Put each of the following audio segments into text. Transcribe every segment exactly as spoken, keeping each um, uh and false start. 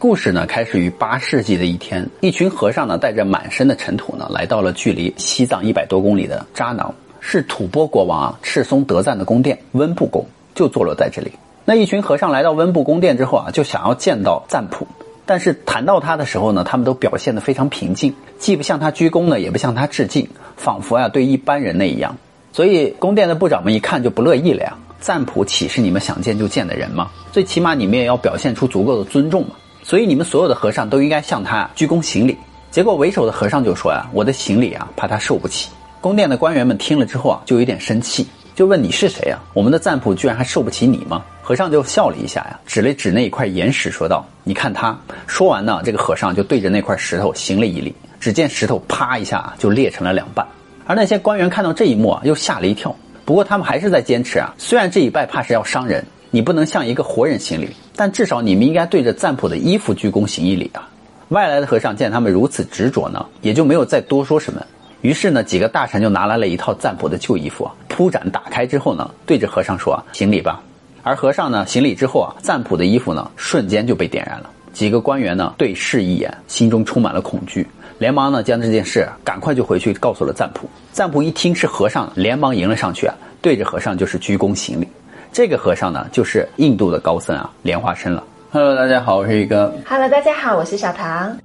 故事呢开始于八世纪的一天，一群和尚呢带着满身的尘土呢来到了距离西藏一百多公里的扎囊，是吐蕃国王啊赤松德赞的宫殿温布宫，就坐落在这里。那一群和尚来到温布宫殿之后啊，就想要见到赞普，但是谈到他的时候呢，他们都表现得非常平静，既不向他鞠躬呢，也不向他致敬，仿佛啊对一般人那一样。所以宫殿的部长们一看就不乐意了呀，赞普岂是你们想见就见的人吗？最起码你们也要表现出足够的尊重嘛。所以你们所有的和尚都应该向他鞠躬行礼。结果为首的和尚就说啊，我的行礼啊怕他受不起。宫殿的官员们听了之后啊，就有点生气，就问你是谁啊？我们的赞普居然还受不起你吗？和尚就笑了一下呀，指了指那一块岩石说道，你看他。说完呢，这个和尚就对着那块石头行了一礼，只见石头啪一下就裂成了两半。而那些官员看到这一幕啊，又吓了一跳。不过他们还是在坚持啊，虽然这一拜怕是要伤人，你不能向一个活人行礼，但至少你们应该对着赞普的衣服鞠躬行一礼啊。外来的和尚见他们如此执着呢，也就没有再多说什么。于是呢，几个大臣就拿来了一套赞普的旧衣服啊，铺展打开之后呢，对着和尚说啊，行礼吧。而和尚呢，行礼之后啊，赞普的衣服呢，瞬间就被点燃了。几个官员呢，对视一眼，心中充满了恐惧，连忙呢将这件事赶快就回去告诉了赞普。赞普一听是和尚，连忙迎了上去啊，对着和尚就是鞠躬行礼。这个和尚呢，就是印度的高僧啊，莲花生了。Hello， 大家好，我是一哥。 Hello， 大家好，我是小唐。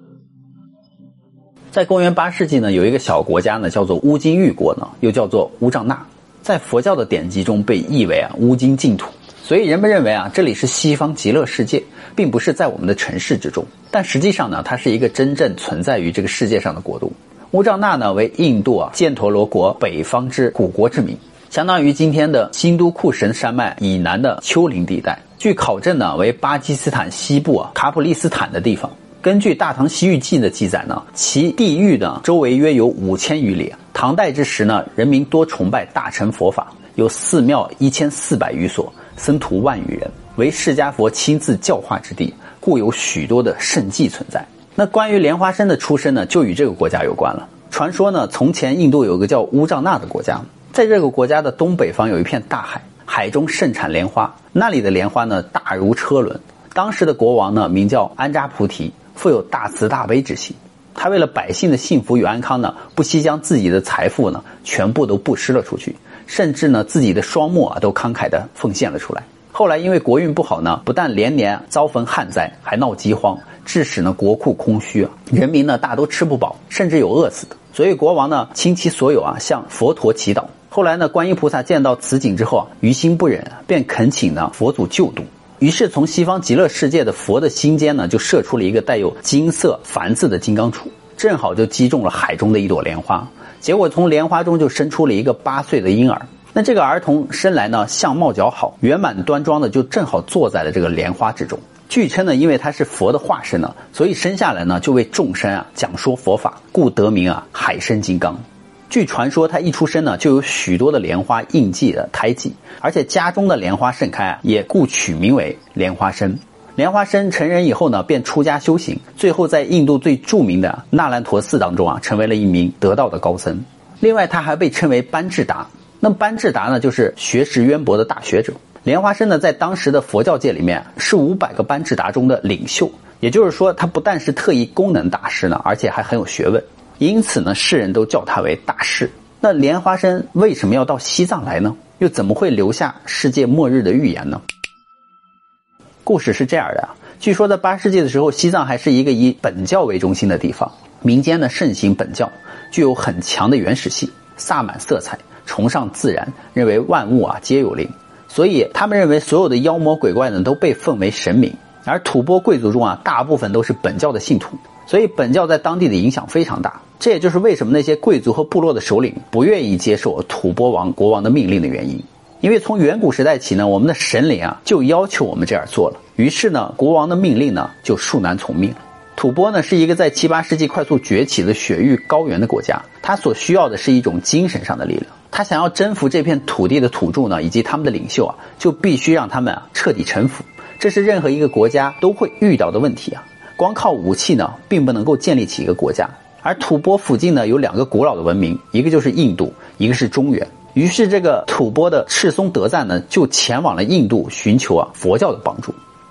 在公元八世纪呢，有一个小国家呢，叫做乌金域国呢，又叫做乌藏那，在佛教的典籍中被译为啊乌金净土。所以人们认为啊，这里是西方极乐世界，并不是在我们的城市之中。但实际上呢，它是一个真正存在于这个世界上的国度。乌藏那呢，为印度啊犍陀罗国北方之古国之名。相当于今天的新都库什山脉以南的丘陵地带，据考证呢，为巴基斯坦西部啊卡普利斯坦的地方。根据《大唐西域记》的记载呢，其地域呢周围约有五千余里。唐代之时呢，人民多崇拜大乘佛法，有寺庙一千四百余所，僧徒万余人，为释迦佛亲自教化之地，故有许多的圣迹存在。那关于莲花生的出身呢，就与这个国家有关了。传说呢，从前印度有个叫乌藏那的国家。在这个国家的东北方有一片大海，海中盛产莲花，那里的莲花呢大如车轮。当时的国王呢名叫安扎菩提，富有大慈大悲之心。他为了百姓的幸福与安康呢，不惜将自己的财富呢全部都布施了出去，甚至呢自己的双目啊都慷慨地奉献了出来。后来因为国运不好呢，不但连年遭逢旱灾，还闹饥荒，致使呢国库空虚啊，人民呢大都吃不饱，甚至有饿死的。所以国王呢倾其所有啊向佛陀祈祷。后来呢，观音菩萨见到此景之后啊，于心不忍，便恳请呢佛祖救度。于是从西方极乐世界的佛的心间呢，就射出了一个带有金色繁字的金刚杵，正好就击中了海中的一朵莲花。结果从莲花中就生出了一个八岁的婴儿。那这个儿童生来呢，相貌姣好，圆满端庄的，就正好坐在了这个莲花之中。据称呢，因为他是佛的化身呢，所以生下来呢就为众生啊讲说佛法，故得名啊海生金刚。据传说他一出生呢就有许多的莲花印记的胎记，而且家中的莲花盛开啊，也故取名为莲花生。莲花生成人以后呢，便出家修行，最后在印度最著名的那兰陀寺当中啊，成为了一名得道的高僧。另外他还被称为班智达。那么班智达呢，就是学识渊博的大学者。莲花生呢，在当时的佛教界里面是五百个班智达中的领袖，也就是说他不但是特异功能大师呢，而且还很有学问。因此呢，世人都叫他为大士。那莲花生为什么要到西藏来呢？又怎么会留下世界末日的预言呢？故事是这样的啊，据说在八世纪的时候，西藏还是一个以本教为中心的地方，民间呢盛行本教，具有很强的原始性，萨满色彩，崇尚自然，认为万物啊皆有灵，所以他们认为所有的妖魔鬼怪呢都被奉为神明。而吐蕃贵族中啊，大部分都是本教的信徒，所以本教在当地的影响非常大。这也就是为什么那些贵族和部落的首领不愿意接受吐蕃王国王的命令的原因。因为从远古时代起呢，我们的神灵啊就要求我们这样做了，于是呢，国王的命令呢就恕难从命了。吐蕃呢是一个在七八世纪快速崛起的雪域高原的国家，它所需要的是一种精神上的力量。他想要征服这片土地的土著呢，以及他们的领袖啊，就必须让他们啊彻底臣服。这是任何一个国家都会遇到的问题啊。光靠武器呢，并不能够建立起一个国家。而吐蕃附近呢，有两个古老的文明，一个就是印度，一个是中原。于是这个吐蕃的赤松德赞呢，就前往了印度寻求啊佛教的帮助。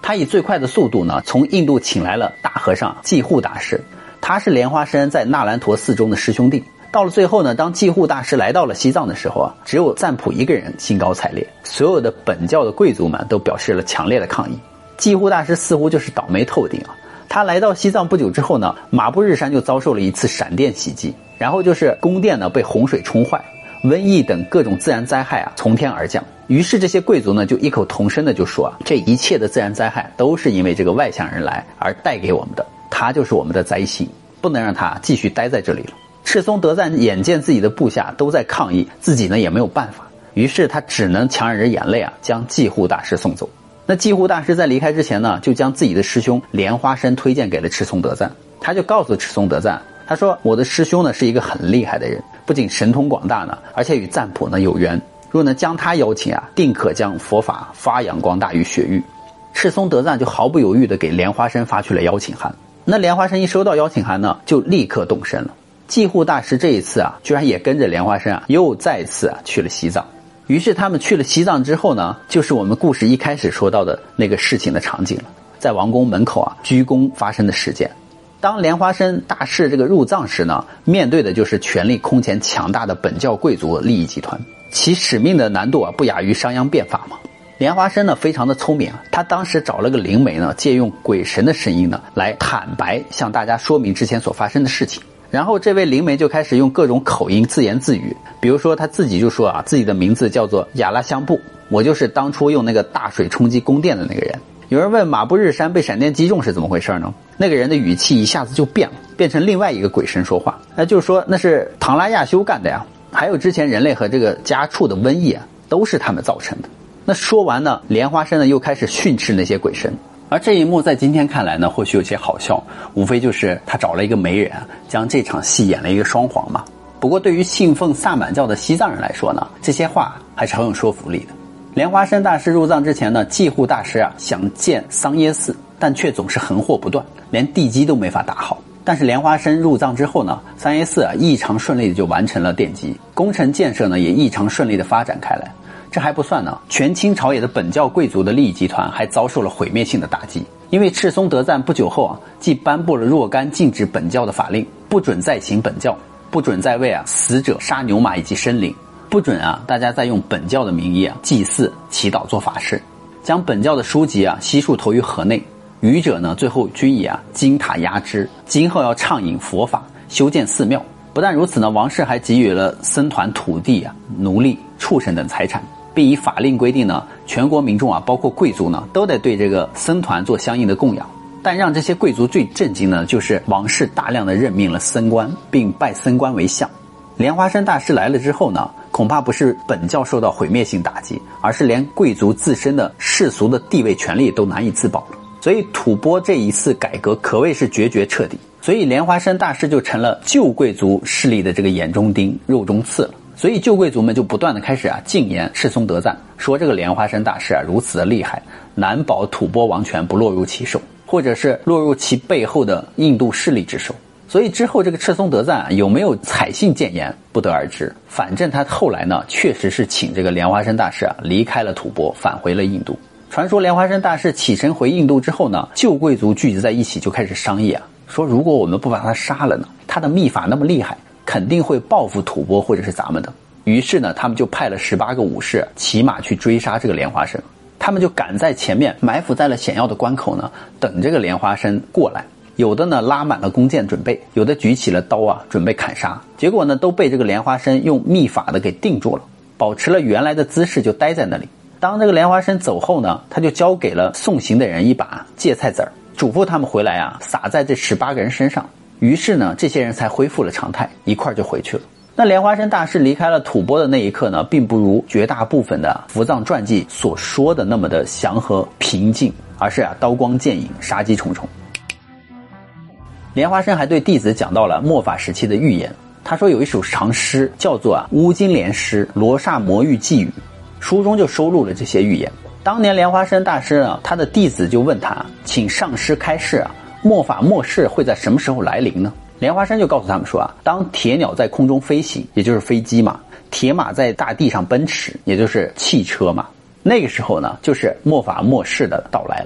他以最快的速度呢，从印度请来了大和尚济护大师，他是莲花生在那兰陀寺中的师兄弟。到了最后呢，当济护大师来到了西藏的时候啊，只有赞普一个人兴高采烈，所有的本教的贵族们都表示了强烈的抗议。济护大师似乎就是倒霉透顶啊！他来到西藏不久之后呢，马布日山就遭受了一次闪电袭击，然后就是宫殿呢被洪水冲坏，瘟疫等各种自然灾害啊从天而降。于是这些贵族呢就异口同声的就说啊，这一切的自然灾害都是因为这个外乡人来而带给我们的，他就是我们的灾星，不能让他继续待在这里了。赤松德赞眼见自己的部下都在抗议，自己呢也没有办法，于是他只能强忍着眼泪啊，将济护大师送走。那济护大师在离开之前呢，就将自己的师兄莲花生推荐给了赤松德赞。他就告诉赤松德赞，他说我的师兄呢是一个很厉害的人，不仅神通广大呢，而且与赞普呢有缘，若能将他邀请啊，定可将佛法发扬光大于雪域。赤松德赞就毫不犹豫地给莲花生发去了邀请函。那莲花生一收到邀请函呢，就立刻动身了。济护大师这一次啊，居然也跟着莲花生啊，又再次啊去了西藏。于是他们去了西藏之后呢，就是我们故事一开始说到的那个事情的场景了，在王宫门口啊鞠躬发生的事件。当莲花生大师这个入藏时呢，面对的就是权力空前强大的本教贵族利益集团，其使命的难度啊不亚于商鞅变法嘛。莲花生呢非常的聪明啊，他当时找了个灵媒呢，借用鬼神的声音呢来坦白向大家说明之前所发生的事情。然后这位灵媒就开始用各种口音自言自语，比如说他自己就说啊，自己的名字叫做亚拉香布，我就是当初用那个大水冲击宫殿的那个人。有人问马布日山被闪电击中是怎么回事呢？那个人的语气一下子就变了，变成另外一个鬼神说话，那就是说那是唐拉亚修干的呀，还有之前人类和这个家畜的瘟疫啊，都是他们造成的。那说完呢，莲花生呢又开始训斥那些鬼神。而这一幕在今天看来呢，或许有些好笑，无非就是他找了一个媒人啊，将这场戏演了一个双簧嘛。不过对于信奉萨满教的西藏人来说呢，这些话还是很有说服力的。莲花生大师入藏之前呢，济护大师啊想建桑耶寺，但却总是横祸不断，连地基都没法打好。但是莲花生入藏之后呢，桑耶寺啊异常顺利的就完成了奠基，工程建设呢也异常顺利的发展开来。这还不算呢，全清朝野的本教贵族的利益集团还遭受了毁灭性的打击。因为赤松德赞不久后啊，既颁布了若干禁止本教的法令，不准再行本教，不准再为啊死者杀牛马以及生灵，不准啊大家再用本教的名义啊祭祀、祈祷、做法事，将本教的书籍啊悉数投于河内。愚者呢，最后均以啊金塔压之，今后要倡引佛法，修建寺庙。不但如此呢，王室还给予了僧团土地啊、奴隶、畜生等财产，并以法令规定呢，全国民众啊，包括贵族呢，都得对这个僧团做相应的供养。但让这些贵族最震惊呢，就是王室大量的任命了僧官，并拜僧官为相。莲花生大师来了之后呢，恐怕不是本教受到毁灭性打击，而是连贵族自身的世俗的地位权利都难以自保了。所以吐蕃这一次改革可谓是决绝彻底，所以莲花生大师就成了旧贵族势力的这个眼中钉、肉中刺了。所以旧贵族们就不断的开始啊进言赤松德赞，说这个莲花生大师啊如此的厉害，难保吐蕃王权不落入其手，或者是落入其背后的印度势力之手。所以之后这个赤松德赞、啊、有没有采信谏言不得而知，反正他后来呢确实是请这个莲花生大师啊离开了吐蕃，返回了印度。传说莲花生大师启程回印度之后呢，旧贵族聚集在一起就开始商议啊，说如果我们不把他杀了呢，他的秘法那么厉害，肯定会报复吐蕃或者是咱们的。于是呢，他们就派了十八个武士骑马去追杀这个莲花生，他们就赶在前面埋伏在了险要的关口呢，等这个莲花生过来。有的呢拉满了弓箭准备，有的举起了刀啊准备砍杀，结果呢都被这个莲花生用秘法的给定住了，保持了原来的姿势就待在那里。当这个莲花生走后呢，他就交给了送行的人一把芥菜籽儿，嘱咐他们回来啊撒在这十八个人身上。于是呢这些人才恢复了常态，一块就回去了。那莲花生大师离开了吐蕃的那一刻呢，并不如绝大部分的伏藏传记所说的那么的祥和平静，而是啊刀光剑影，杀机重重。莲花生还对弟子讲到了末法时期的预言，他说有一首长诗叫做啊乌金莲诗罗刹魔域寄语，书中就收录了这些预言。当年莲花生大师呢，他的弟子就问他，请上师开示啊，末法末世会在什么时候来临呢？莲花生就告诉他们说啊，当铁鸟在空中飞行，也就是飞机嘛，铁马在大地上奔驰，也就是汽车嘛，那个时候呢，就是末法末世的到来了。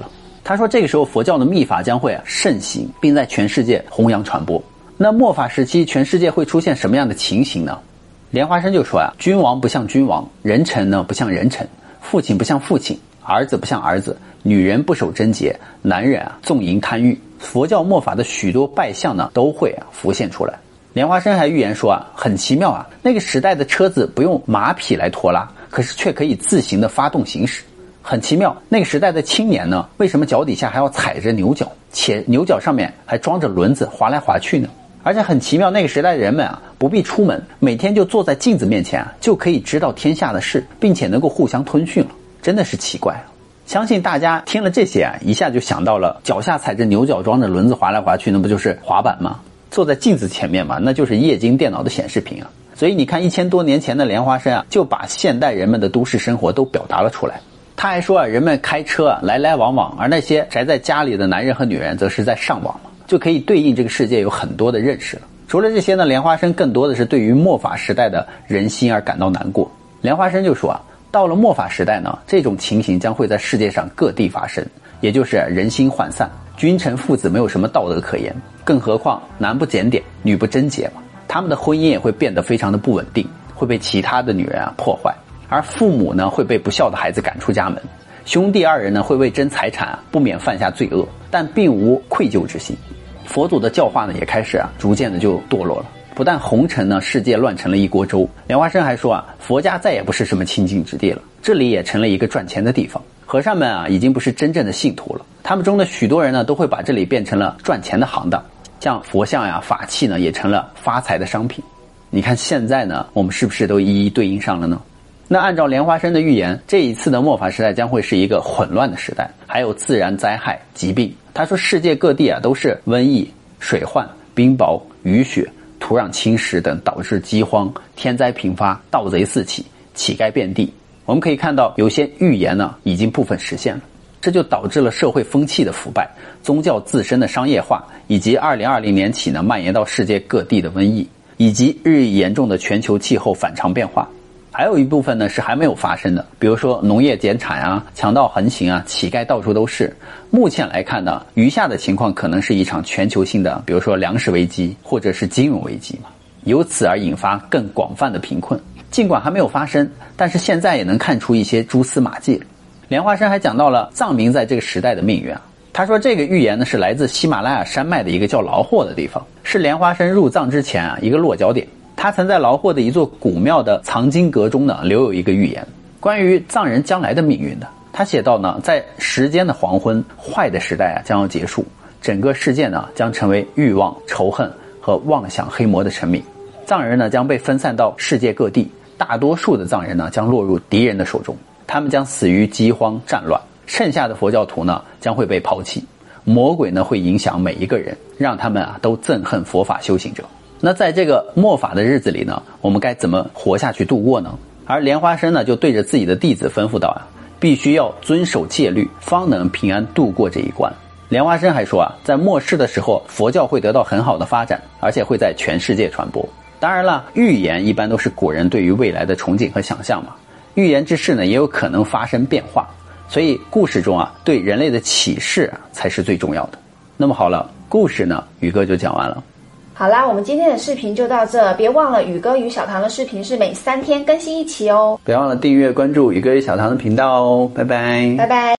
他说这个时候佛教的密法将会啊盛行，并在全世界弘扬传播。那末法时期全世界会出现什么样的情形呢？莲花生就说啊，君王不像君王，人臣呢不像人臣，父亲不像父亲，儿子不像儿子，女人不守贞洁，男人啊纵淫贪欲。佛教末法的许多败相呢都会啊浮现出来。莲花生还预言说啊，很奇妙啊，那个时代的车子不用马匹来拖拉，可是却可以自行的发动行驶。很奇妙，那个时代的青年呢，为什么脚底下还要踩着牛角，且牛角上面还装着轮子滑来滑去呢？而且很奇妙，那个时代的人们啊，不必出门，每天就坐在镜子面前啊，就可以知道天下的事，并且能够互相吞训了，真的是奇怪啊！相信大家听了这些啊，一下就想到了脚下踩着牛角装着轮子滑来滑去，那不就是滑板吗？坐在镜子前面嘛，那就是液晶电脑的显示屏啊。所以你看，一千多年前的莲花生啊，就把现代人们的都市生活都表达了出来。他还说啊，人们开车啊来来往往，而那些宅在家里的男人和女人则是在上网嘛，就可以对应这个世界有很多的认识了。除了这些呢，莲花生更多的是对于末法时代的人心而感到难过。莲花生就说啊，到了末法时代呢，这种情形将会在世界上各地发生，也就是人心涣散，君臣父子没有什么道德可言，更何况男不检点，女不贞洁嘛，他们的婚姻也会变得非常的不稳定，会被其他的女人啊破坏。而父母呢会被不孝的孩子赶出家门，兄弟二人呢会为争财产啊不免犯下罪恶，但并无愧疚之心。佛祖的教化呢也开始啊逐渐的就堕落了，不但红尘呢世界乱成了一锅粥，莲花生还说啊，佛家再也不是什么清净之地了，这里也成了一个赚钱的地方。和尚们啊已经不是真正的信徒了，他们中的许多人呢都会把这里变成了赚钱的行当，像佛像呀法器呢也成了发财的商品。你看现在呢我们是不是都一一对应上了呢？那按照莲花生的预言，这一次的末法时代将会是一个混乱的时代，还有自然灾害、疾病。他说世界各地啊都是瘟疫、水患、冰雹、雨雪、土壤侵蚀等导致饥荒、天灾频发、盗贼四起、乞丐遍地。我们可以看到有些预言呢已经部分实现了，这就导致了社会风气的腐败、宗教自身的商业化，以及二零二零年起呢蔓延到世界各地的瘟疫，以及日益严重的全球气候反常变化。还有一部分呢是还没有发生的，比如说农业减产啊、强盗横行啊、乞丐到处都是。目前来看呢，余下的情况可能是一场全球性的，比如说粮食危机或者是金融危机嘛，由此而引发更广泛的贫困。尽管还没有发生，但是现在也能看出一些蛛丝马迹。莲花生还讲到了藏民在这个时代的命运啊。他说这个预言呢是来自喜马拉雅山脉的一个叫劳霍的地方，是莲花生入藏之前啊一个落脚点。他曾在劳霍的一座古庙的藏经阁中呢留有一个预言，关于藏人将来的命运的。他写道呢，在时间的黄昏，坏的时代啊将要结束，整个世界呢将成为欲望、仇恨和妄想黑魔的臣民。藏人呢将被分散到世界各地，大多数的藏人呢将落入敌人的手中，他们将死于饥荒战乱，剩下的佛教徒呢将会被抛弃，魔鬼呢会影响每一个人，让他们啊都憎恨佛法修行者。那在这个末法的日子里呢，我们该怎么活下去度过呢？而莲花生呢就对着自己的弟子吩咐道啊，必须要遵守戒律，方能平安度过这一关。莲花生还说啊，在末世的时候，佛教会得到很好的发展，而且会在全世界传播。当然了，预言一般都是古人对于未来的憧憬和想象嘛，预言之事呢也有可能发生变化，所以故事中啊对人类的启示啊才是最重要的。那么好了，故事呢宇哥就讲完了。 好啦，我们今天的视频就到这，别忘了宇哥与小唐的视频是每三天更新一期哦。 别忘了订阅关注宇哥与小唐的频道哦，拜拜， 拜拜。